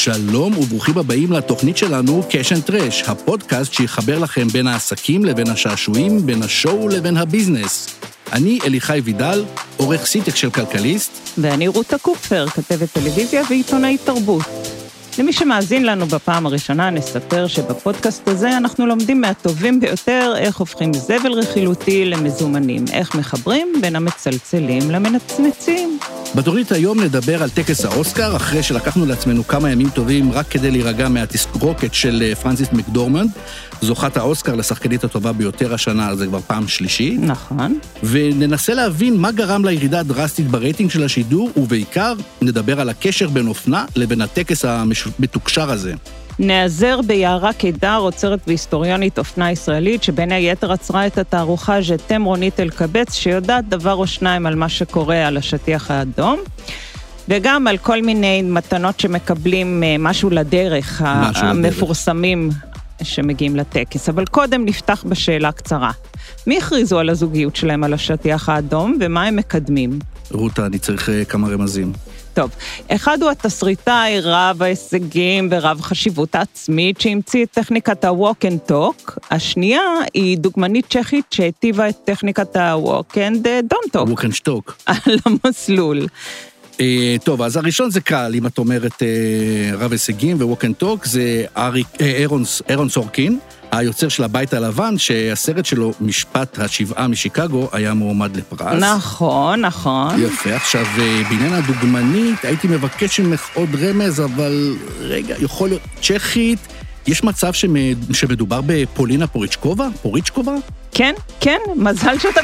שלום וברוכים הבאים לתוכנית שלנו קאש אנד טרש, הפודקאסט שיחבר לכם בין העסקים לבין השעשועים, בין השואו לבין הביזנס. אני אליחי וידל, עורך סיטק של כלכליסט. ואני רותה קופפר, כתבת טלוויזיה ועיתונאית תרבות. למי שמאזין לנו בפעם הראשונה, נספר שבפודקאסט הזה אנחנו לומדים מהטובים ביותר איך הופכים זבל רכילותי למזומנים, איך מחברים בין המצלצלים למנצנצים. בתוכנית היום נדבר על טקס האוסקר, אחרי שלקחנו לעצמנו כמה ימים טובים רק כדי להירגע מהתסרוקת של פרנסיס מקדורמנד, זוכת האוסקר לשחקנית הטובה ביותר השנה, זה כבר פעם שלישית. נכון. וננסה להבין מה גרם לירידה הדרסטית ברייטינג של השידור, ובעיקר נדבר על הקשר בין אופנה לבין הטקס המתוקשר הזה. נעזר ביערה קידר, אוצרת והיסטוריונית אופנה ישראלית, שבין היתר עצרה את התערוכה ז'תם רונית אלקבץ, שיודעת דבר או שניים על מה שקורה על השטיח האדום, וגם על כל מיני מתנות שמקבלים משהו לדרך, המפורסמים שמגיעים לטקס. אבל קודם נפתח בשאלה קצרה. מי הכריזו על הזוגיות שלהם על השטיח האדום, ומה הם מקדמים? רותה, אני צריך כמה רמזים. טוב, אחד הוא התסריטאי רב ההישגים ורב חשיבות העצמית שהמציא את טכניקת ה-walk and talk. השנייה היא דוגמנית צ'כית שהטיבה את טכניקת ה-walk and don't talk. walk and talk. על המסלול. טוב, אז הראשון זה קל, אם את אומרת רב הישגים ו-walk and talk, זה אירון סורקין, היוצר של הבית הלבן, שהסרט שלו, משפט השבעה משיקגו, היה מועמד לפרס. נכון, נכון. יפה, עכשיו, בעניין הדוגמנית, הייתי מבקש ממך עוד רמז, אבל רגע, יכול להיות צ'כית, יש מצב שמדובר בפולינה פוריצ'קובה? פוריצ'קובה? כן, כן, מזל שאתה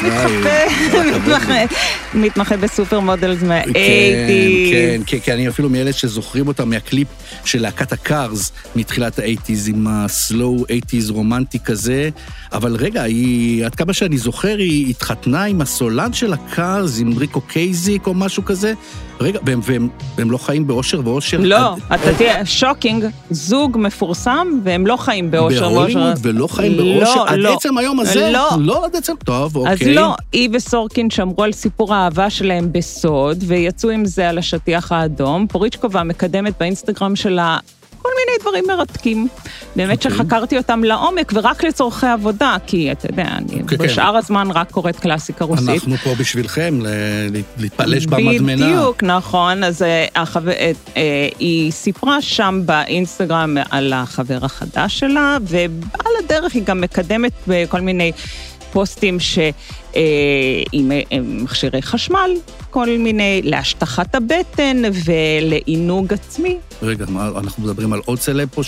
מתמחה בסופר מודלס מה-80s. כן, כי אני אפילו מאלה שזוכרים אותם מהקליפ של להקת הקארס מתחילת ה-80s, עם הסלואו 80s רומנטי כזה, אבל רגע, עד כמה שאני זוכר, היא התחתנה עם הסולן של הקארס, עם ריקו קייזיק או משהו כזה, רגע, והם לא חיים באושר ואושר? לא, אתה תראה, שוקינג, זוג מפורסם, והם לא חיים באושר ואושר. בהוליווד ולא חיים באושר? עד עצם היום הזה? לא, עד עצם, טוב, אוקיי. אז לא, היא וסורקין שמרו על סיפור האהבה שלהם בסוד, ויצאו עם זה על השטיח האדום. פוריצ'קובה מקדמת באינסטגרם שלה כל מיני דברים מרתקים. באמת שחקרתי אותם לעומק, ורק לצורכי עבודה, כי אתה יודע, אני בשאר הזמן רק קוראת קלאסיקה רוסית. אנחנו פה בשבילכם, להתפלש במדמנה. בדיוק, נכון. אז היא סיפרה שם באינסטגרם על החבר החדש שלה, ועל הדרך היא גם מקדמת בכל מיני פוסטים עם מכשירי חמל, כל מיני להשטחת הבטן ולעינוג עצמי. רגע, אנחנו מדברים על עוד סלב פה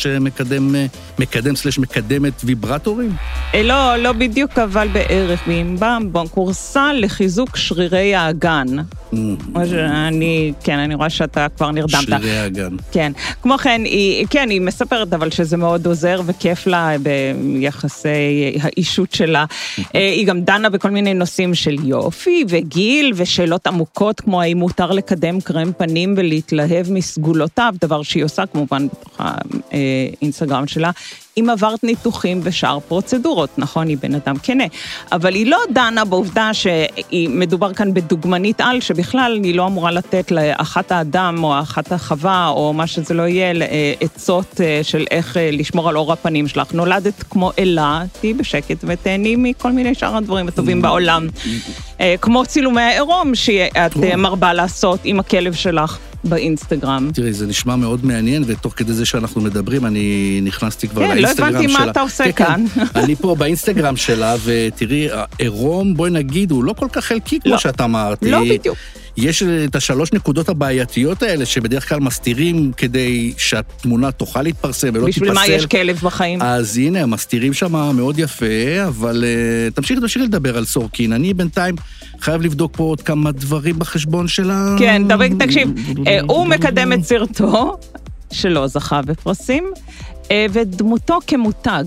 שמקדמת ויברטורים? לא בדיוק, אבל בערך, והיא בקורסה לחיזוק שרירי האגן. אני רואה שאתה כבר נרדמת. שרירי האגן. כן. כמו כן, היא מספרת אבל שזה מאוד עוזר וכיף לה ביחסי האישות שלה. היא גם דנה בכל מיני נושאים של יופי וגיל ושאלות עמוקות, כמו האם מותר לקדם קרם פנים ולהתלהב מסגולותיו, דבר שהיא עושה כמובן בתוך האינסטגרם שלה. אם עברת ניתוחים ושאר פרוצדורות, נכון, היא בן אדם כנה, אבל היא לא דנה בעובדה שמדובר כאן בדוגמנית על, שבכלל היא לא אמורה לתת לאחת האדם או אחת החווה, או מה שזה לא יהיה, עצות של איך לשמור על אור הפנים שלך. נולדת כמו אלה, תהי בשקט ותהני מכל מיני שאר הדברים הטובים בעולם. כמו צילומי העירום שאת מרבה לעשות עם הכלב שלך. באינסטגרם. תראי, זה נשמע מאוד מעניין, ותוך כדי זה שאנחנו מדברים, אני נכנסתי כבר לאינסטגרם שלה. כן, לא הבנתי מה אתה עושה כאן. אני פה באינסטגרם שלה, ותראי, העירום, בואי נגיד, הוא לא כל כך חלקי כמו שאתה אמרתי. לא בדיוק. יש את 3 נקודות הבעייתיות האלה, שבדרך כלל מסתירים כדי שהתמונה תוכל להתפרסם ולא תיפסל. בשביל מה יש כלב בחיים? אז הנה, הם מסתירים שם מאוד יפה, אבל תמשיך לדבר על סורקין. אני בינתיים חייב לבדוק פה עוד כמה דברים בחשבון שלה. כן, תקשיב, הוא מקדם את סרטו, שלא זכה בפרסים, ודמותו כמותג.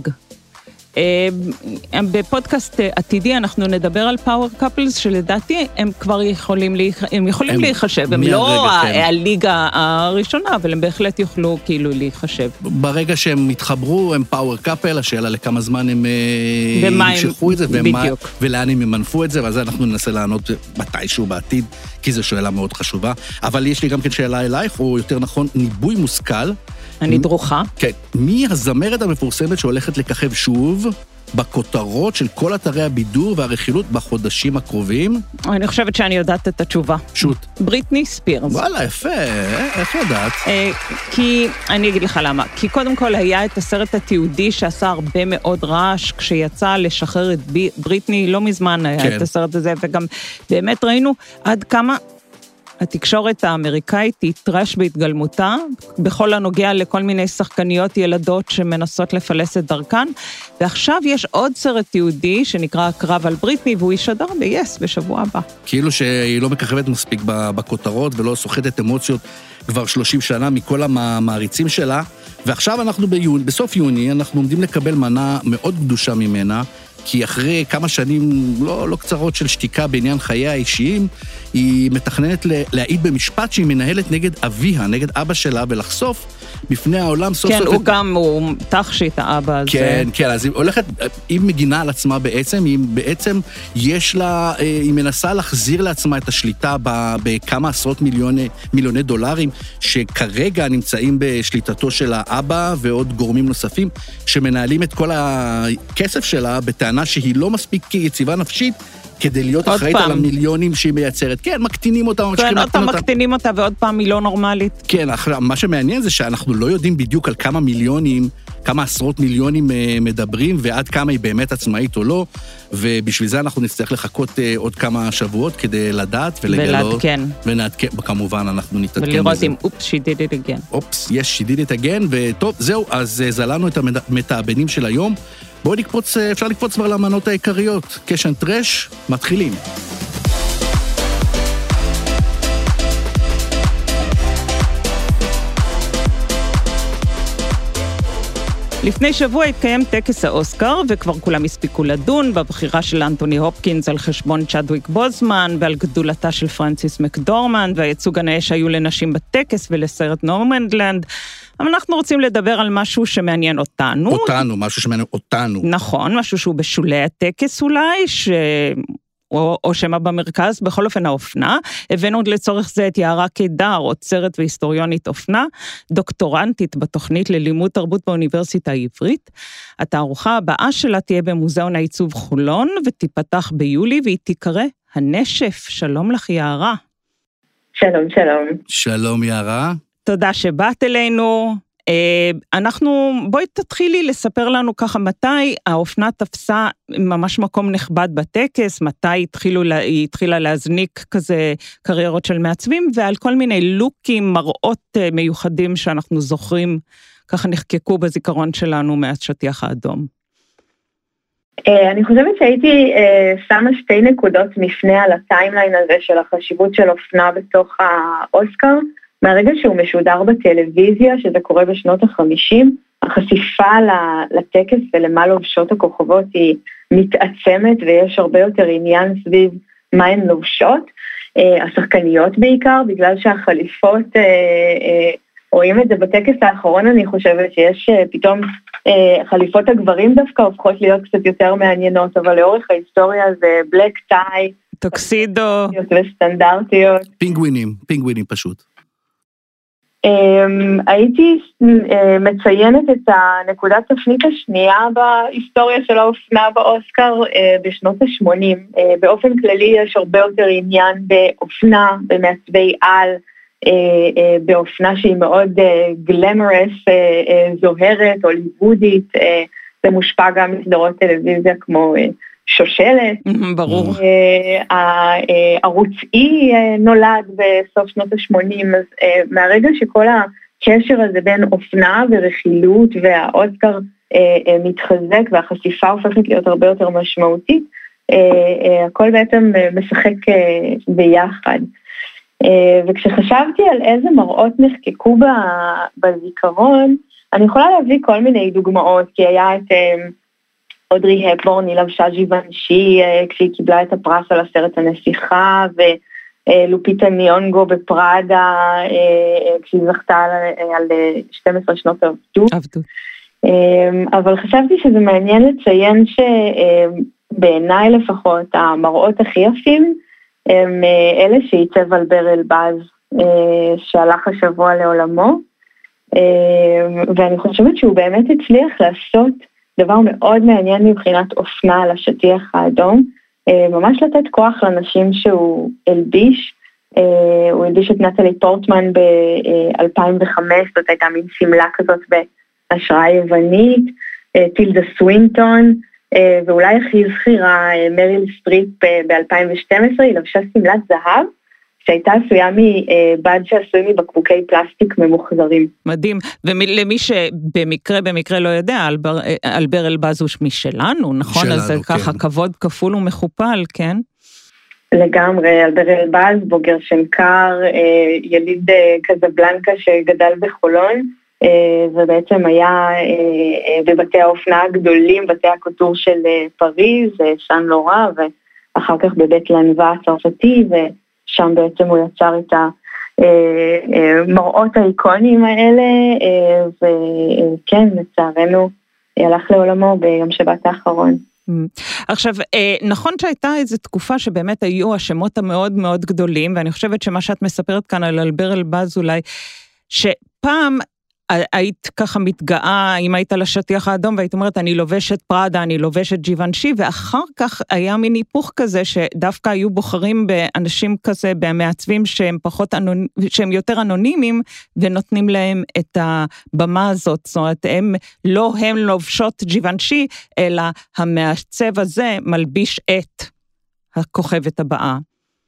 בפודקאסט עתידי אנחנו נדבר על פאוור קאפלס, שלדעתי הם כבר יכולים להיחשב, הם לא הליגה הראשונה, אבל הם בהחלט יוכלו כאילו להיחשב. ברגע שהם התחברו, הם פאוור קאפל, השאלה לכמה זמן הם ימשכו את זה, ולאן הם ימנפו את זה, ועל זה אנחנו ננסה לענות מתישהו בעתיד, כי זו שאלה מאוד חשובה. אבל יש לי גם כן שאלה אלייך, או יותר נכון, ניבוי מושכל, אני דרוכה. כן. מי הזמרת המפורסמת שהולכת לככב שוב בכותרות של כל אתרי הבידור והרכילות בחודשים הקרובים? אני חושבת שאני יודעת את התשובה. שוט. בריטני ספירס. וואלה, יפה. איך יודעת? כי, אני אגיד לך למה. כי קודם כל היה את הסרט התיעודי שעשה הרבה מאוד רעש, כשיצא לשחרר את בריטני, לא מזמן היה את הסרט הזה, וגם באמת ראינו עד כמה התקשורת האמריקאית היא טרש בהתגלמותה, בכל הנוגע לכל מיני שחקניות ילדות שמנסות לפלס את דרכן, ועכשיו יש עוד סרט תיעודי שנקרא קרב על בריטני, והוא ישדר ב-yes בשבוע הבא. כאילו שהיא לא מככבת מספיק בכותרות ולא סוחטת אמוציות כבר 30 שנה מכל המעריצים שלה, ועכשיו אנחנו בסוף יוני, אנחנו עומדים לקבל מנה מאוד קדושה ממנה, כי אחרי כמה שנים לא קצרות של שתיקה בעניין חיי האישיים, היא מתכננת להעיד במשפט שהיא מנהלת נגד אביה, נגד אבא שלה, ולחשוף בפני העולם סוף כן, סוף... הוא גם, הוא תחשית האבא הזה. כן, כן, אז היא הולכת, היא מגינה על עצמה בעצם, היא בעצם יש לה, היא מנסה להחזיר לעצמה את השליטה בכמה עשרות מיליוני דולרים, שכרגע נמצאים בשליטתו של האבא ועוד גורמים נוספים, שמנהלים את כל הכסף שלה בטענה שהיא לא מספיק יציבה נפשית, כדי להיות אחראית על המיליונים שהיא מייצרת. כן, מקטינים אותה, כן, מקטינים אותה, ועוד פעם היא לא נורמלית. כן, מה שמעניין זה שאנחנו לא יודעים בדיוק על כמה מיליונים, כמה עשרות מיליונים מדברים, ועד כמה היא באמת עצמאית או לא, ובשביל זה אנחנו נצטרך לחכות עוד כמה שבועות כדי לדעת ולגלות. ולעדכן. וכמובן אנחנו נתעדכן בזה. ולראות אם אופס, she did it again. אופס, yes, she did it again, וטוב, זהו, אז זלנו את המתאבנים של היום. בואו נקפוץ, אפשר לקפוץ כבר למנות העיקריות. קשן טרש, מתחילים. לפני שבוע התקיים טקס האוסקר, וכבר כולם הספיקו לדון בבחירה של אנתוני הופקינס על חשבון צ'אדוויק בוזמן, ועל גדולתה של פרנסיס מקדורמנד, והייצוג הנאה שהיו לנשים בטקס ולסרט נורמנדלנד. אבל אנחנו רוצים לדבר על משהו שמעניין אותנו. משהו שמעניין אותנו. נכון, משהו שהוא בשולי הטקס אולי, או שמה במרכז, בכל אופן האופנה. הבאנו לצורך זה את יערה קידר, עוצרת והיסטוריונית אופנה, דוקטורנטית בתוכנית ללימוד תרבות באוניברסיטה העברית. התערוכה הבאה שלה תהיה במוזיאון העיצוב חולון, ותיפתח ביולי, והיא תיקרא הנשף. שלום לך יערה. שלום, שלום. שלום יערה. תודה שבאת אלינו. בואי תתחילי לספר לנו ככה מתי האופנה תפסה ממש מקום נכבד בטקס, מתי היא התחילה להזניק כזה קריירות של מעצבים, ועל כל מיני לוקים, מראות מיוחדים שאנחנו זוכרים, ככה נחקקו בזיכרון שלנו מהשטיח האדום. אני חושבת שהייתי שמה שתי נקודות מפנה על הטיימליין הזה של החשיבות של אופנה בתוך האוסקר, מהרגע שהוא משודר בטלוויזיה, שזה קורה בשנות ה-50, החשיפה לטקס ולמה לובשות הכוכבות היא מתעצמת, ויש הרבה יותר עניין סביב מה הן לובשות. השחקניות בעיקר, בגלל שהחליפות, רואים את זה בטקס האחרון, אני חושבת שיש פתאום חליפות הגברים דווקא הופכות להיות קצת יותר מעניינות, אבל לאורך ההיסטוריה זה בלק טאי, טוקסידו, וסטנדרטיות. פינגווינים פשוט. הייתי מציינת את הנקודת תפנית השנייה בהיסטוריה של האופנה באוסקר בשנות ה-80. באופן כללי יש הרבה יותר עניין באופנה, במעצבי על, באופנה שהיא מאוד גלמרס, זוהרת, הוליוודית, זה מושפע גם מסדרות טלוויזיה כמו שושלת. ברור. הערוץ E נולד בסוף שנות ה-80, אז מהרגע שכל הקשר הזה בין אופנה ורכילות והאוסקר מתחזק והחשיפה הופכת להיות הרבה יותר משמעותית, הכל בעצם משחק ביחד. וכשחשבתי על איזה מראות נחקקו בזיכרון, אני יכולה להביא כל מיני דוגמאות, כי היה את אודרי הפבורן, היא לבשה ז'יוונשי כשהיא קיבלה את הפרס על הסרט הנסיכה, ולופיטה ניונגו בפראדה כשהיא זכתה על 12 שנות עבדות. אבל חשבתי שזה מעניין לציין שבעיניי לפחות המראות הכי יפים הם אלה שעיצב אלבר אלבז שהלך השבוע לעולמו, ואני חושבת שהוא באמת הצליח לעשות דבר מאוד מעניין מבחינת אופנה על השטיח האדום, ממש לתת כוח לנשים שהוא הלביש, הוא הלביש את נטלי פורטמן ב-2005, זאת הייתה מין סמלה כזאת בהשראה יוונית, טילדה סווינטון, ואולי הכי זכירה מריל סטריפ ב-2012, היא לבשה סמלת זהב, שהייתה עשויה מבד שעשוי מבקבוקי פלסטיק ממוחזרים. מדהים, ולמי שבמקרה לא יודע, אלבר אלבז הוא משלנו, נכון? אז זה ככה כבוד כפול ומכופל, כן? לגמרי, אלבר אלבז, בוגר שנקר, יליד קזבלנקה שגדל בחולון, ובעצם היה בבתי האופנה הגדולים, בתי הקוטור של פריז, סן לורה, ואחר כך בבית לנבה הצרפתי, ושם בעצם הוא יצר את המראות האיקונים האלה, וכן, לצערנו, הלך לעולמו ביום שבת האחרון. עכשיו, נכון שהייתה איזו תקופה שבאמת היו השמות המאוד מאוד גדולים, ואני חושבת שמה שאת מספרת כאן על אלבר אלבז אולי, שפעם היית ככה מתגאה, אם היית לשטיח האדום, והיית אומרת, אני לובשת פראדה, אני לובשת ג'יוונשי, ואחר כך היה מין היפוך כזה, שדווקא היו בוחרים באנשים כזה, במעצבים שהם יותר אנונימיים, ונותנים להם את הבמה הזאת, זאת אומרת, הם לובשות ג'יוונשי, אלא המעצב הזה מלביש את הכוכבת הבאה.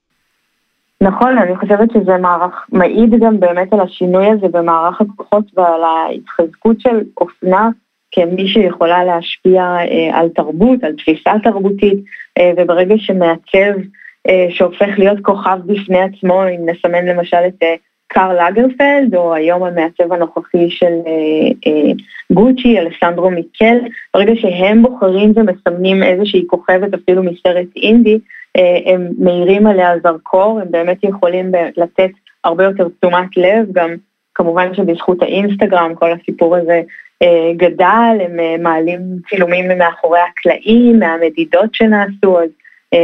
נכון, אני חושבת שזה מעיד גם באמת על השינוי הזה במערך הכוחות ועל ההתחזקות של אופנה כמי שיכולה להשפיע על תרבות, על תפיסה תרבותית, וברגע שמעצב שהופך להיות כוכב בפני עצמו, אם נסמן למשל את קארל לגרפלד, או היום המעצב הנוכחי של גוצ'י, אלסנדרו מיקל, ברגע שהם בוחרים ומסמנים איזושהי כוכבת אפילו מסרט אינדי, הם מאירים עליה זרקור, הם באמת יכולים לתת הרבה יותר תשומת לב, גם כמובן שבזכות האינסטגרם כל הסיפור הזה גדל, הם מעלים צילומים מאחורי הקלעים, מהמדידות שנעשו, אז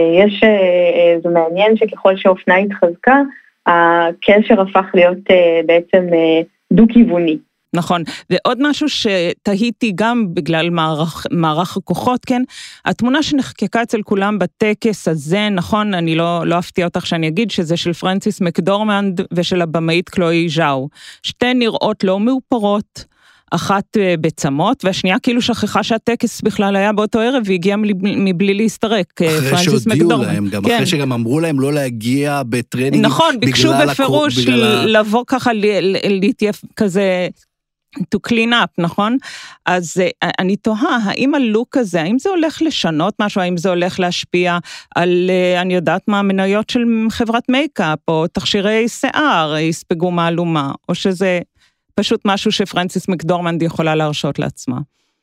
זה מעניין שככל שהאופנה התחזקה, הקשר הפך להיות בעצם דו-כיווני. נכון, ועוד משהו שתהיתי גם בגלל מערך הכוחות, כן? התמונה שנחקקה אצל כולם בטקס הזה, נכון, אני לא אפתיע אותך שאני אגיד שזה של פרנסיס מקדורמנד ושל הבמאית קלואי ז'או. שתי נראות לא מאופרות, אחת בצמות, והשנייה כאילו שכחה שהטקס בכלל היה באותו ערב, והגיעה מבלי להסתרק. אחרי שהודיעו להם, גם אחרי שגם אמרו להם לא להגיע בטרנינג. נכון, ביקשו בפירוש לבוא ככה, להתייף כזה, to clean up, נכון? אז אני תוהה, האם הלוק הזה, האם זה הולך לשנות משהו, האם זה הולך להשפיע על, אני יודעת מה, מניות של חברת מייקאפ, או תכשירי שיער, יספגו מעלומה, או שזה פשוט משהו שפרנסיס מקדורמנד יכולה להרשות לעצמה?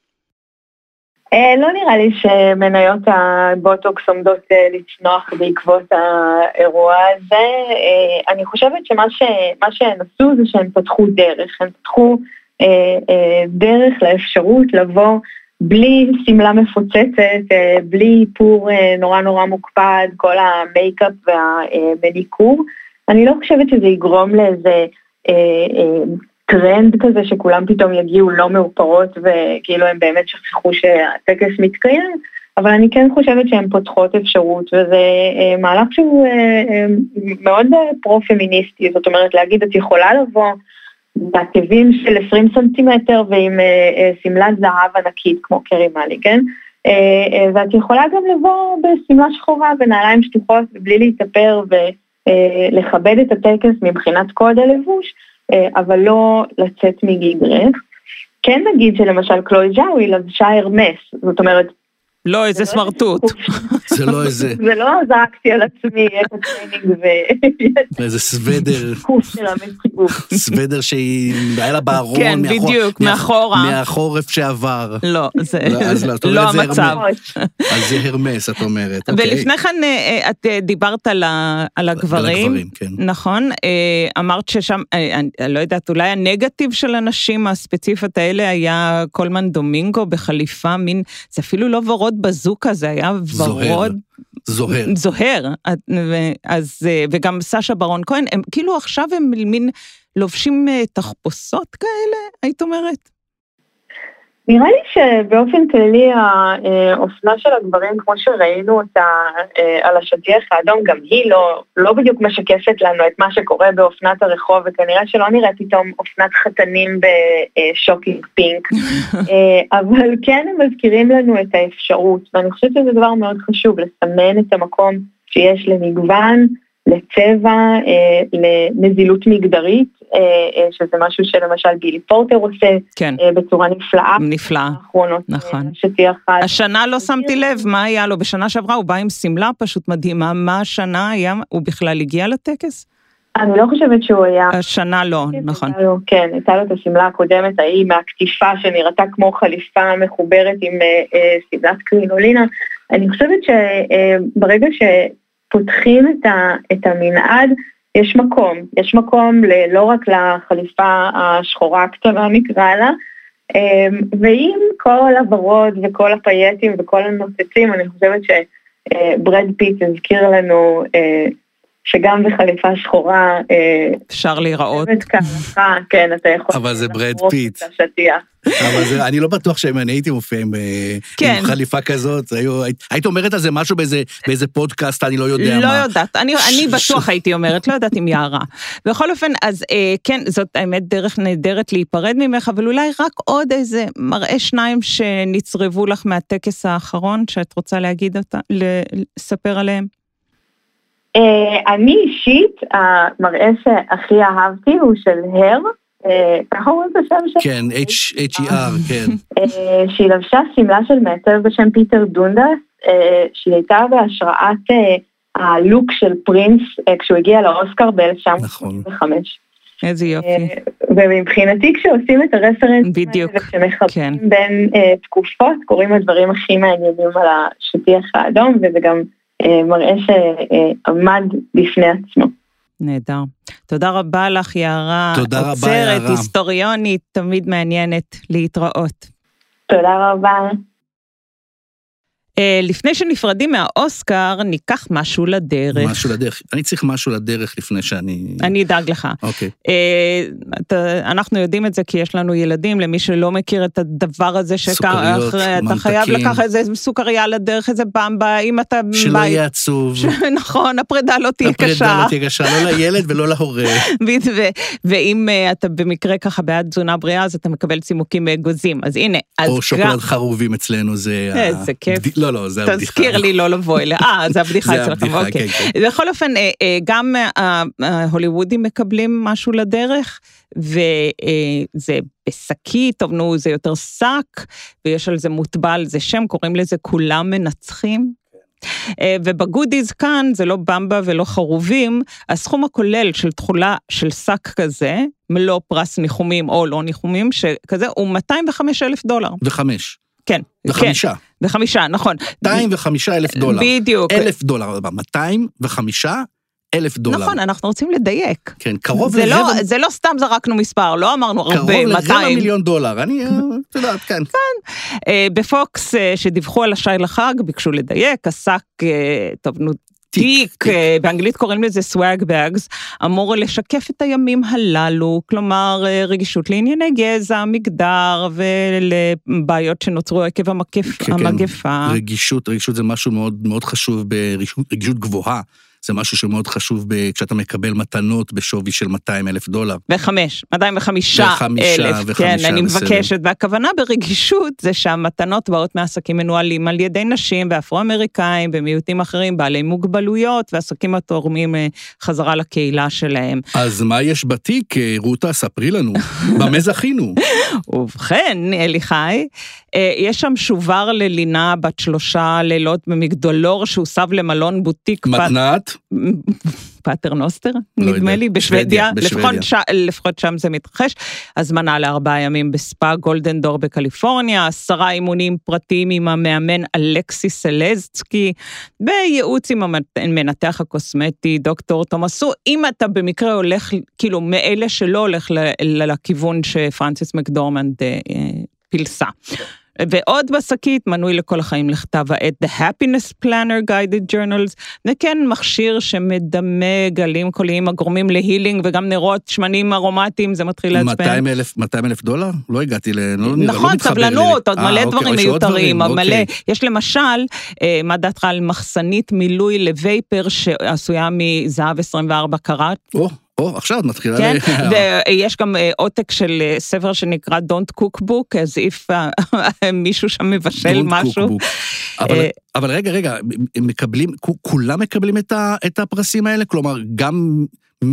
לא נראה לי שמניות הבוטוקס עומדות לצנוח בעקבות האירוע הזה. אני חושבת שמה שהן עשו זה שהן פתחו דרך, הן פתחו דרך לאפשרות לבוא בלי סמלה מפוצצת, בלי איפור נורא נורא מוקפד, כל המייקאפ והמניקור. אני לא חושבת שזה יגרום לאיזה טרנד כזה שכולם פתאום יגיעו לא מאופרות וכאילו הם באמת שכחו שהטקס מתקיים, אבל אני כן חושבת שהן פותחות אפשרות, וזה מהלך שהוא מאוד פרו-פמיניסטי, זאת אומרת להגיד את יכולה לבוא בעקבים של 20 סנטימטר ועם סמלת זהב ענקית כמו קרי מליגן, ואת יכולה גם לבוא בסמלה שחורה ונעליים שטוחות ובלי להתאפר ולכבד את הטקס מבחינת קוד הלבוש, אבל לא לצאת מגדרך. כן נגיד שלמשל קלואי ז'או היא לבשה הרמס, זאת אומרת, לא איזה סמרטוט. זה לא איזה... זה לא זרקתי על עצמי את הטריינינג איזה סוודר. סוודר שהיא היה לה בארון. כן, בדיוק, מאחורה. מהחורף שעבר. לא, זה לא המצב. אז זה הרמס, את אומרת. ולפני כן את דיברת על הגברים. נכון. אמרת ששם, לא יודעת, אולי הנגטיב של הנשים הספציפיות האלה היה קולמן דומינגו בחליפה, מין, זה אפילו לא ורוד בזוקה, זה היה ורוד זוהר, וגם סשה ברון כהן, הם כאילו עכשיו הם מין לובשים תחפושות כאלה, היית אומרת? נראה לי שבאופן כללי האופנה של הגברים, כמו שראינו אותה על השטיח האדום, גם היא לא בדיוק משקפת לנו את מה שקורה באופנת הרחוב, וכנראה שלא נראה פתאום אופנת חתנים בשוקינג פינק, אבל כן הם מזכירים לנו את האפשרות, ואני חושבת שזה דבר מאוד חשוב, לסמן את המקום שיש למגוון, לצבע, לנזילות מגדרית, שזה משהו שלמשל בילי פורטר עושה, כן. בצורה נפלאה. נפלאה, נכון. השנה לא שמתי לב, מה היה לו? בשנה שעברה הוא בא עם סמלה פשוט מדהימה, מה השנה היה? הוא בכלל הגיע לטקס? אני לא חושבת שהוא היה. השנה לא, נכון. כן, הייתה לו את הסמלה הקודמת, ההיא מהקטיפה שנראתה כמו חליפה מחוברת עם סמלת קרינולינה. אני חושבת שברגע פותחים את המנעד, יש מקום לא רק לחליפה השחורה הקטנה נקרא לה, ועם כל הוורוד וכל הפייטים וכל הנוצצים, אני חושבת שברד פיט הזכיר לנו שגם בחליפה שחורה אפשר להיראות. כן, אתה יכול... אבל זה ברד פיט. אבל אני לא בטוח שאני הייתי מופיע עם חליפה כזאת. היית אומרת על זה משהו באיזה פודקאסט, אני לא יודע מה. לא יודעת, אני בטוח הייתי אומרת, לא יודעת אם יערה. בכל אופן, אז כן, זאת האמת דרך נהדרת להיפרד ממך, אבל אולי רק עוד איזה מראה שניים שנצרבו לך מהטקס האחרון, שאת רוצה להגיד אותה, לספר עליהם. אני אישית, המראה שהכי אהבתי הוא של הר, ככה הוא את השם שלה? כן, H-E-R, כן. שהיא לבשה סמלה של מעצב בשם פיטר דונדס, שהיא הייתה בהשראת הלוק של פרינס, כשהוא הגיע לאוסקר ב-1995. איזה יופי. ומבחינתי כשעושים את הרפרנס, וכשמחברים בין תקופות, קוראים הדברים הכי מעניינים על השטיח האדום, וזה גם מראה שעמד בפני עצמו. נהדר. תודה רבה לך, יערה. תודה רבה, עוצרת, היסטוריונית, תמיד מעניינת להתראות. תודה רבה. לפני שנפרדים מהאוסקר, ניקח משהו לדרך. משהו לדרך. אני צריך משהו לדרך לפני שאני... אני אדאג לך. אוקיי. אנחנו יודעים את זה כי יש לנו ילדים, למי שלא מכיר את הדבר הזה, סוכריות, אתה חייב לקחת איזה סוכריה לדרך, איזה במבה, אם אתה... שלא יהיה עצוב. נכון, הפרידה לא תהיה קשה. הפרידה לא תהיה קשה, לא לילד ולא להורה. ואם אתה במקרה ככה בעד תזונה בריאה, אז אתה מקבל צימוקים גוזים. אז הנה. או שוקולד חרובים אצלנו, זה... איזה כיף. לא, זה הבדיחה. תזכיר לי לא לבוא אליה. זה הבדיחה אצלכם, אוקיי. בכל אופן, גם ההוליוודים מקבלים משהו לדרך, וזה בשקית, טוב, נו, זה יותר שק, ויש על זה מוטבע על זה שם, קוראים לזה כולם מנצחים. ובגודיז כאן, זה לא במבה ולא חרובים, הסכום הכולל של תחולה של שק כזה, מלוא פרס ניחומים או לא ניחומים, שכזה הוא $205,000. וחמש. כן. וחמישה. וחמישה, נכון. $205,000. בדיוק. $1,000, $205,000. נכון, אנחנו רוצים לדייק. כן, קרוב לרבע... זה לא סתם זרקנו מספר, לא אמרנו הרבה, 200. קרוב $250,000, אני יודעת, כן. כן. בפוקס שדיווחו על השי לחג, ביקשו לדייק, עסק, טוב, נו, תיק, באנגלית קוראים לזה swag bags, אמור לשקף את הימים הללו, כלומר רגישות לענייני גזע, מגדר ולבעיות שנוצרו עקב המגפה. רגישות זה משהו מאוד מאוד חשוב, רגישות גבוהה, זה משהו שמאוד חשוב כשאתה מקבל מתנות בשווי של $200,000. $205,000, כן, אני מבקשת, והכוונה ברגישות זה שהמתנות באות מעסקים מנוהלים על ידי נשים ואפרו-אמריקאים ומיעוטים אחרים, בעלי מוגבלויות, ועסקים התורמים חזרה לקהילה שלהם. אז מה יש בתיק, רותה, ספרי לנו, במה זכינו? ובכן, אלי חי, יש שם שובר ללינה בת 3 לילות במגדלור, שהוסב למלון בוטיק. מתנת? פאטר נוסטר, נדמה לי, בשוודיה, לפחות שם זה מתרחש, הזמנה ל4 ימים בספא גולדן דור בקליפורניה, 10 אימונים פרטיים עם המאמן אלכסי סלזצקי, בייעוץ עם המנתח הקוסמטי, דוקטור תומאסו, אם אתה במקרה הולך, כאילו מאלה שלא הולך לכיוון שפרנסיס מקדורמנד פילסה. ועוד בשקית, מנוי לכל החיים לכתב העת, The Happiness Planner Guided Journals, זה כן מכשיר שמדמה גלים קוליים הגורמים להילינג, וגם נרות שמנים ארומטיים, זה מתחיל לעצבן. $200,000? לא הגעתי נכון, סבלנות, עוד מלא דברים מיותרים, מלא. יש למשל, מה דעתך על מחסנית מילוי לווייפר, שעשויה מזהב 24 קראט? עכשיו את מתחילה. כן, ויש גם עותק של ספר שנקרא Don't Cook Book, אז if מישהו שם מבשל משהו. אבל רגע, כולם מקבלים את הפרסים האלה? כלומר, גם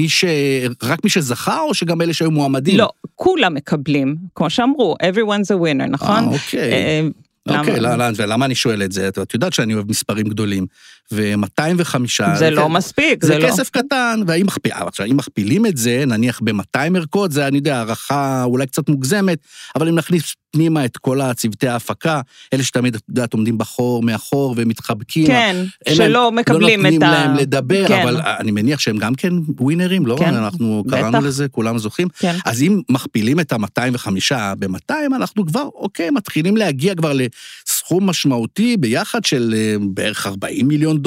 רק מי שזכה, או שגם אלה שהיו מועמדים? לא, כולם מקבלים, כמו שאמרו, everyone's a winner, נכון? אוקיי, ולמה אני שואל את זה? את יודעת שאני אוהב מספרים גדולים, ו-205... זה לא מספיק, זה כסף קטן, ואם מכפילים את זה, נניח ב-200 ערכות, זה, אני יודע, הערכה אולי קצת מוגזמת, אבל אם נכניס פנימה את כל הצוותי ההפקה, אלה שתמיד, את יודעת, עומדים מאחור ומתחבקים. כן, שלא מקבלים את ה... לא נותנים להם לדבר, אבל אני מניח שהם גם כן ווינרים, לא? אנחנו קראנו לזה, כולם זוכים. אז אם מכפילים את ה-205 ב-200, אנחנו כבר, אוקיי, מתחילים להגיע כבר לסכום משמעותי ביחד של בערך $40 מיליון.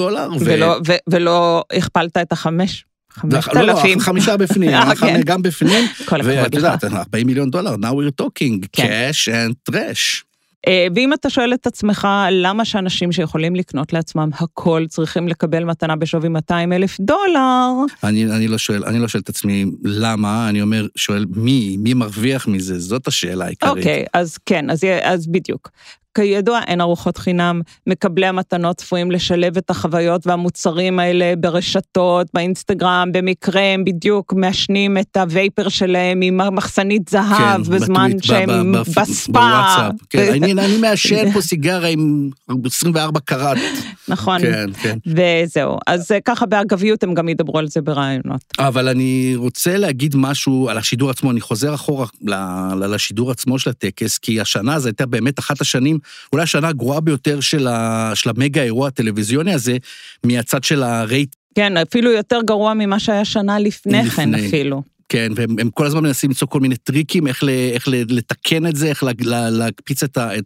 ולא הכפלת את 5,000. לא, 5 בפנים, גם בפנים, ואת יודעת, $40 מיליון, now we're talking, cash and trash. ואם אתה שואל את עצמך, למה שאנשים שיכולים לקנות לעצמם הכל צריכים לקבל מתנה בשווי $200,000? אני לא שואל את עצמי למה, אני שואל מי מרוויח מזה, זאת השאלה העיקרית. אוקיי, אז כן, אז בדיוק. כידוע, אין ארוחות חינם, מקבלי המתנות צפויים לשלב את החוויות והמוצרים האלה ברשתות, באינסטגרם, במקרה הם בדיוק משנים את הווייפר שלהם עם מחסנית זהב, בזמן שהם בספה. כן, אני מאשן פה סיגרה עם 24 קראט. נכון, וזהו. אז ככה באגביות הם גם ידברו על זה ברעיונות. אבל אני רוצה להגיד משהו על השידור עצמו, אני חוזר אחורה לשידור עצמו של הטקס, כי השנה הזו הייתה באמת אחת השנים, אולי השנה הגרועה ביותר של המגה אירוע הטלוויזיוני הזה, מהצד של הרייט. כן, אפילו יותר גרוע ממה שהיה שנה לפני כן אפילו. כן, והם כל הזמן מנסים למצוא כל מיני טריקים, איך לתקן את זה, איך להקפיץ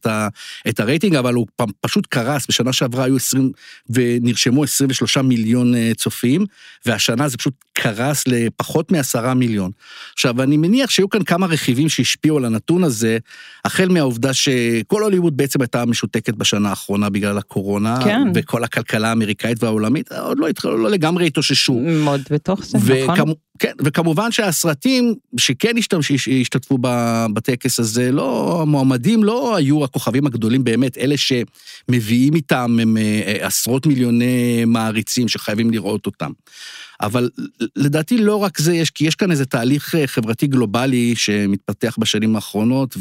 את הרייטינג, אבל הוא פשוט קרס, בשנה שעברה היו 20, ונרשמו 23 מיליון צופים, והשנה זה פשוט קרס לפחות מ10 מיליון. עכשיו, אני מניח שהיו כאן כמה רכיבים שהשפיעו על הנתון הזה, החל מהעובדה שכל הוליווד בעצם הייתה משותקת בשנה האחרונה בגלל הקורונה, וכל הכלכלה האמריקאית והעולמית, עוד לא לגמרי התאוששו. מאוד בתוך זה, נכון. כן, וכמובן שהסרטים שכן השתתפו בטקס הזה, המועמדים לא היו הכוכבים הגדולים באמת, אלה שמביאים איתם הם עשרות מיליוני מעריצים שחייבים לראות אותם. אבל לדעתי לא רק זה, כי יש כאן איזה תהליך חברתי גלובלי שמתפתח בשנים האחרונות,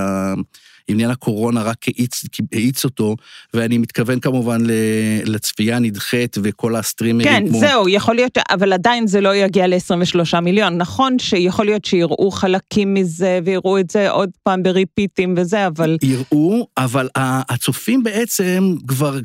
עניין הקורונה רק האיץ אותו, ואני מתכוון כמובן לצפייה נדחית וכל הסטרימרים. כן, זהו, יכול להיות, אבל עדיין זה לא יגיע ל23 מיליון. נכון שיכול להיות שיראו חלקים מזה, ויראו את זה עוד פעם בריפיטים וזה, אבל... יראו, אבל הצופים בעצם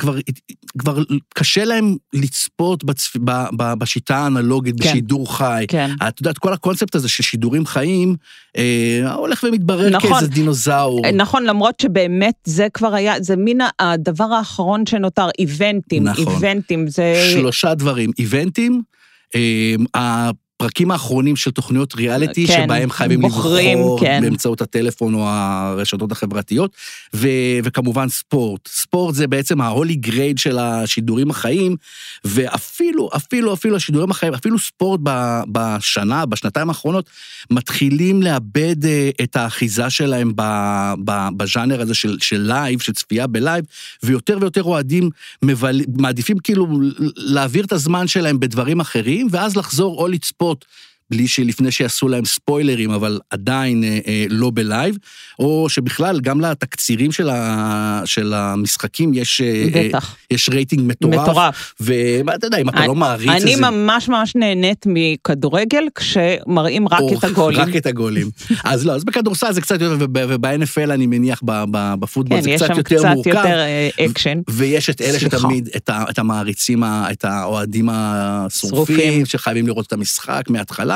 כבר קשה להם לצפות בשיטה האנלוגית, בשידור חי. את יודעת, כל הקונספט הזה של שידורים חיים, הולך ומתברר כאיזה דינוזאור. נכון, למרות שבאמת זה כבר היה, זה מן הדבר האחרון שנותר, איבנטים, איבנטים, זה... 3 דברים, איבנטים, הפרקים האחרונים של תוכניות ריאליטי, שבהם חייבים לבחור באמצעות הטלפון או הרשתות החברתיות, וכמובן ספורט. ספורט זה בעצם ההולי גרייד של השידורים החיים, ואפילו השידורים החיים, אפילו ספורט בשנתיים האחרונות, מתחילים לאבד את האחיזה שלהם בז'אנר הזה של לייב, של צפייה בלייב, ויותר ויותר אוהדים מעדיפים כאילו להעביר את הזמן שלהם בדברים אחרים, ואז לחזור או לצפות, בלי שלפני שיעשו להם ספוילרים, אבל עדיין לא בלייב, או שבכלל גם לתקצירים של המשחקים יש רייטינג מטורף. ואתה יודע, אם אתה לא מעריץ את זה... אני ממש נהנית מכדורגל, כשמראים רק את הגולים. רק את הגולים. אז לא, אז בכדורסל זה קצת יותר, וב-NFL אני מניח בפוטבול זה קצת יותר מורכב. יש שם קצת יותר אקשן. ויש את אלה שתמיד, את המעריצים, את האוהדים השרופים, שחייבים לראות את המשחק מההתחלה,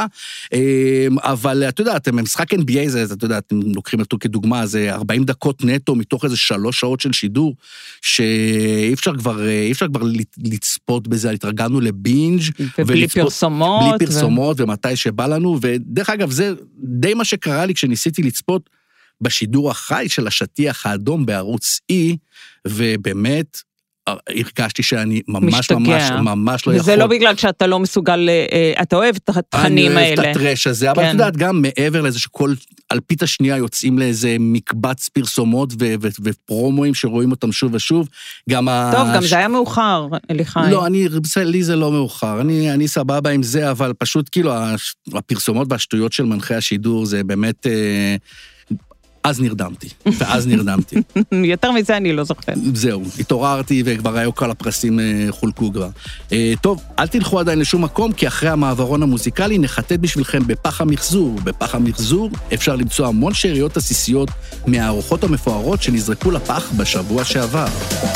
חזקה, אבל אתה יודע, משחק NBA זה, אתה יודע, אתם לוקחים אותו כדוגמה, זה 40 דקות נטו מתוך איזה 3 שעות של שידור, שאי אפשר כבר לצפות בזה, התרגלנו לבינג' ובלי פרסומות. בלי פרסומות ומתי שבא לנו, ודרך אגב, זה די מה שקרה לי כשניסיתי לצפות בשידור החי של השטיח האדום בערוץ E, ובאמת, הרגשתי שאני ממש לא יכול. וזה לא בגלל שאתה לא מסוגל, אתה אוהב את התכנים האלה. אני אוהב את הטרש הזה, אבל את יודעת, גם מעבר לזה שכל, על פית השנייה יוצאים לאיזה מקבץ פרסומות ופרומואים שרואים אותם שוב ושוב, גם טוב, גם זה היה מאוחר, אליחי. לא, לי זה לא מאוחר, אני סבבה עם זה, אבל פשוט כאילו, הפרסומות והשטויות של מנחי השידור, זה באמת אז נרדמתי. יותר מזה אני לא זוכר. זהו, התעוררתי וכבר היו כל הפרסים חולקו כבר. טוב, אל תלכו עדיין לשום מקום, כי אחרי המעברון המוזיקלי נחטט בשבילכם בפח המחזור. בפח המחזור אפשר למצוא המון שאריות עסיסיות מהארוחות המפוארות שנזרקו לפח בשבוע שעבר.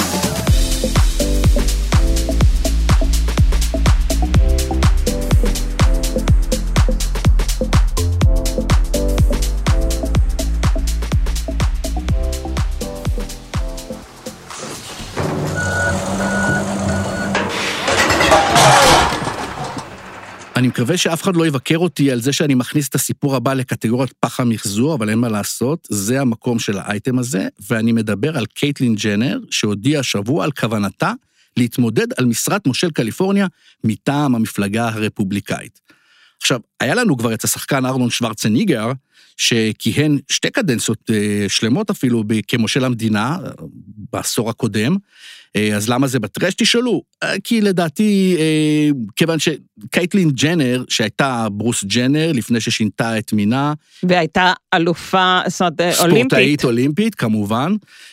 אני מקווה שאף אחד לא יבקר אותי על זה שאני מכניס את הסיפור הבא לקטגוריית פח המחזור, אבל אין מה לעשות, זה המקום של האייטם הזה, ואני מדבר על קייטלין ג'נר, שהודיעה השבוע על כוונתה להתמודד על משרת מושל קליפורניה מטעם המפלגה הרפובליקאית. עכשיו, היה לנו כבר את השחקן ארנולד שוורצנגר, שכיהן 2 קדנציות שלמות אפילו כמושל המדינה בעשור הקודם, אז למה זה בטרש? תשאלו, כי לדעתי, כיוון שקייטלין ג'נר, שהייתה ברוס ג'נר, לפני ששינתה את מינה, והייתה אלופה, זאת אומרת, אולימפית. ספורטאית אולימפית, כמובן,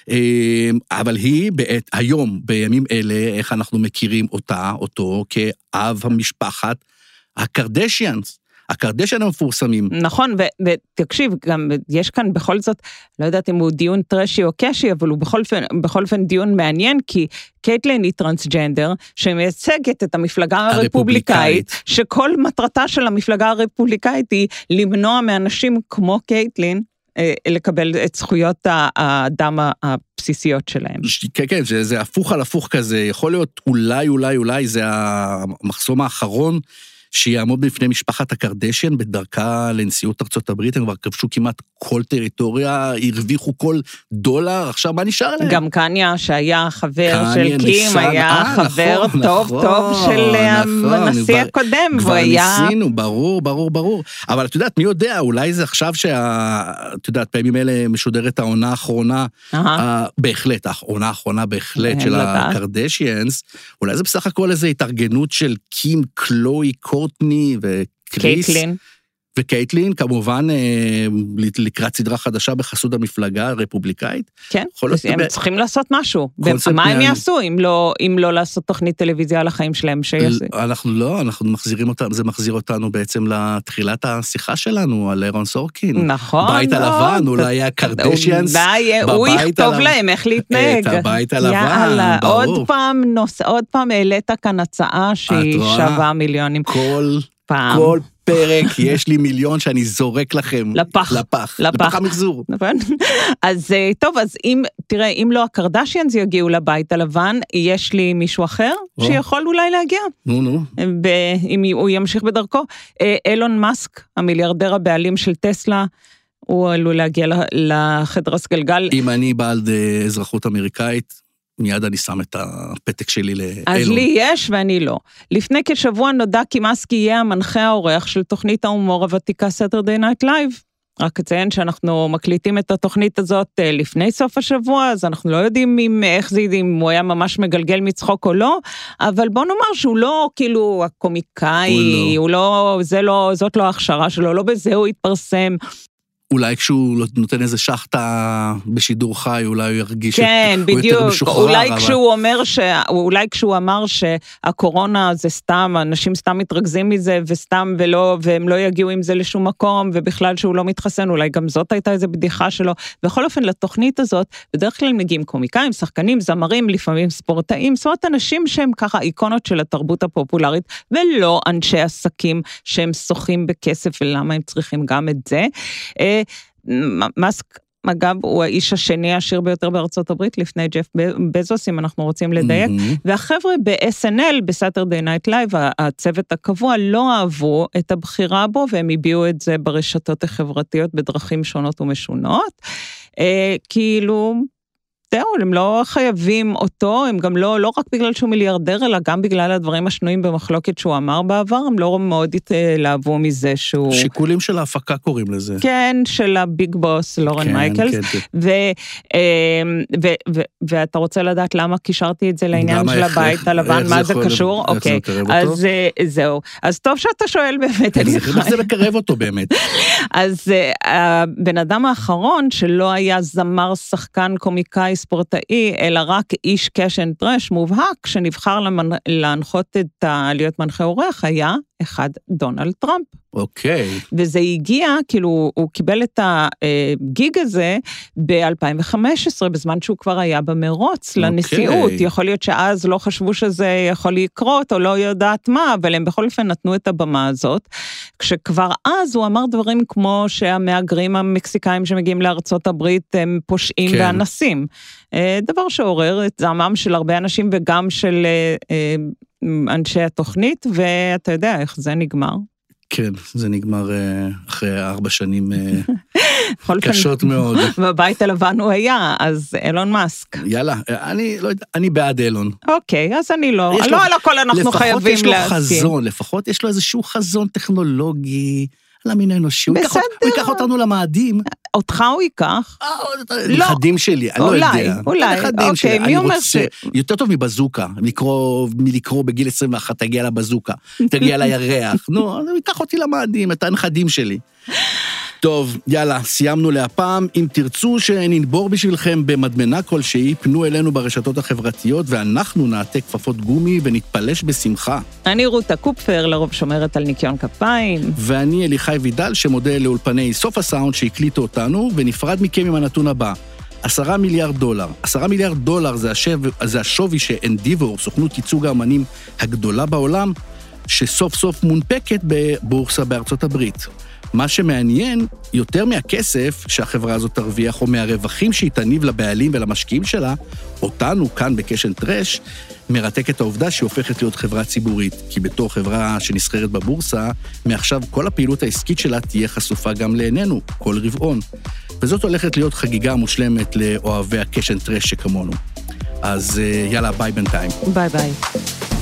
אבל היא היום, בימים אלה, איך אנחנו מכירים אותו כאב המשפחת, הקרדשיאנס. הקרדשיאן המפורסמים. נכון, ותקשיב, גם יש כאן בכל זאת, לא יודעת אם הוא דיון טרשי או קשי, אבל הוא בכל אופן דיון מעניין, כי קייטלין היא טרנסג'נדר, שמייצגת את המפלגה הרפובליקאית, שכל מטרתה של המפלגה הרפובליקאית היא למנוע מאנשים כמו קייטלין, לקבל את זכויות האדם הבסיסיות שלהם. כן, זה הפוך על הפוך כזה, יכול להיות אולי זה המחסום האחרון, שיעמוד בפני משפחת הקרדשיאן בדרכה לנשיאות ארצות הברית, הם כבר כבשו כמעט כל טריטוריה, הרוויחו כל דולר, עכשיו מה נשאר להם? גם קניה, שהיה חבר של קים, היה חבר טוב של הנשיא הקודם, כבר ניסינו, ברור, אבל את יודעת, מי יודע, אולי זה עכשיו את יודעת, פעמים אלה משודרת העונה האחרונה, בהחלט, העונה האחרונה בהחלט של הקרדשיאנס, אולי זה בסך הכל איזו התארגנות של קים, קלוי, קורטני וקריס. וקייטלין, כמובן, לקראת סדרה חדשה בחסות המפלגה הרפובליקאית. כן, הם צריכים לעשות משהו. מה הם יעשו אם לא לעשות תוכנית טלוויזיה על החיים שלהם שיעשו? אנחנו מחזירים אותם, זה מחזיר אותנו בעצם לתחילת השיחה שלנו, על אירון סורקין. נכון. בית הלבן, אולי הקרדשיאנס. הוא יכתוב להם איך להתנהג. את הבית הלבן, יאללה, עוד פעם העלית כאן הצעה שהיא שווה מיליונים. כל פרק, יש לי מיליון שאני זורק לכם. לפח המחזור. נכון. אז טוב, אז תראה, אם לא הקרדשיאנס יגיעו לבית הלבן, יש לי מישהו אחר שיכול אולי להגיע. נו. אם הוא ימשיך בדרכו. אילון מאסק, המיליארדר הבעלים של טסלה, הוא עלול להגיע לחדר הסגלגל. אם אני בעל אזרחות אמריקאית, מיד אני שם את הפתק שלי לאלון. אז לי יש ואני לא. לפני כשבוע נודע כי מאסק יהיה המנחה האורח של תוכנית ההומור הוותיקה Saturday Night Live. רק אציין שאנחנו מקליטים את התוכנית הזאת לפני סוף השבוע, אז אנחנו לא יודעים אם הוא היה ממש מגלגל מצחוק או לא, אבל בוא נאמר שהוא לא כאילו הקומיקאי, זאת לא ההכשרה שלו, לא בזה הוא התפרסם. אולי כשהוא נותן איזה שחטה בשידור חי, אולי הוא ירגיש כן, הוא יותר משוחרר. אולי כשהוא אמר שהקורונה זה סתם, אנשים סתם מתרכזים מזה, והם לא יגיעו עם זה לשום מקום, ובכלל שהוא לא מתחסן, אולי גם זאת הייתה איזו בדיחה שלו. בכל אופן, לתוכנית הזאת, בדרך כלל מגיעים קומיקאים, שחקנים, זמרים, לפעמים ספורטאים, זאת אומרת, אנשים שהם ככה איקונות של התרבות הפופולרית, ולא אנשי עסקים שהם שוחים בכסף, ולמה הם צריכים גם את זה. מאסק, אגב, הוא האיש השני העשיר ביותר בארצות הברית, לפני ג'ף בזוס, אם אנחנו רוצים לדייק, והחבר'ה ב-SNL, בסאטרדיי נייט לייב, הצוות הקבוע, לא אהבו את הבחירה בו, והם הביעו את זה ברשתות החברתיות, בדרכים שונות ומשונות, כאילו, זהו, הם לא חייבים אותו, הם גם לא רק בגלל שהוא מיליארדר, אלא גם בגלל הדברים השנויים במחלוקת שהוא אמר בעבר, הם לא מאוד התלהבו מזה שהוא... שיקולים של ההפקה קוראים לזה. כן, של הביג בוס, לורן מייקלס. ואתה רוצה לדעת למה קישרתי את זה לעניין של הבית הלבן, מה זה קשור? אוקיי, אז זהו. אז טוב שאתה שואל באמת. איך זה מקרב אותו באמת? אז הבן אדם האחרון, שלא היה זמר, שחקן, קומיקאי, ספורטאי, אלא רק איש קשן טרש מובהק, שנבחר להנחות להיות מנחה אורח, היה אחד דונלד טראמפ. אוקיי. וזה הגיע, כאילו, הוא קיבל את הגיג הזה ב-2015, בזמן שהוא כבר היה במרוץ לנשיאות. יכול להיות שאז לא חשבו שזה יכול לקרות, או לא יודעת מה, אבל הם בכל אופן נתנו את הבמה הזאת, כשכבר אז הוא אמר דברים כמו שהמהגרים המקסיקאים שמגיעים לארצות הברית, הם פושעים ואנסים. דבר שעורר את זעמם של הרבה אנשים, וגם של אנשי התוכנית, ואתה יודע איך זה נגמר. כן, זה נגמר אחרי 4 שנים קשות מאוד. בבית הלבן הוא היה, אז אילון מאסק. יאללה, אני לא יודע, אני בעד אילון. אוקיי, אז אני לא על הכל אנחנו חייבים להסכים. לפחות יש לו חזון, לפחות יש לו איזשהו חזון טכנולוגי, למין האנושי. הוא ייקח אותנו למאדים. אותך הוא ייקח? נכדים שלי, אני לא יודע. אולי, אוקיי, מי אומר ש... יותר טוב מבזוקה, מלקרוא בגיל 21, תגיע לבזוקה, תגיע לירח. נו, הוא ייקח אותי למאדים, את הנכדים שלי. טוב, יאללה, סיימנו להפעם. אם תרצו שננבור בשבילכם במדמנה כלשהי, פנו אלינו ברשתות החברתיות, ואנחנו נעטה כפפות גומי ונתפלש בשמחה. אני רותה קופפר, לרוב שומרת על ניקיון כפיים. ואני אליחי וידל, שמודה לאולפני סוף הסאונד שהקליטו אותנו, ונפרד מכם עם הנתון הבא. $10 מיליארד. $10 מיליארד זה השווי שאנדיבור, סוכנות ייצוג האמנים הגדולה בעולם, שסוף סוף מונפקת בבורסה בארצות הברית. מה שמעניין, יותר מהכסף שהחברה הזאת תרוויח, או מהרווחים שהיא תניב לבעלים ולמשקיעים שלה, אותנו כאן בקשן טרש, מרתק את העובדה שהיא הופכת להיות חברה ציבורית, כי בתור חברה שנסחרת בבורסה, מעכשיו כל הפעילות העסקית שלה תהיה חשופה גם לעינינו, כל רבעון. וזאת הולכת להיות חגיגה מושלמת לאוהבי הקשן טרש שכמונו. אז יאללה, ביי בינתיים. ביי ביי.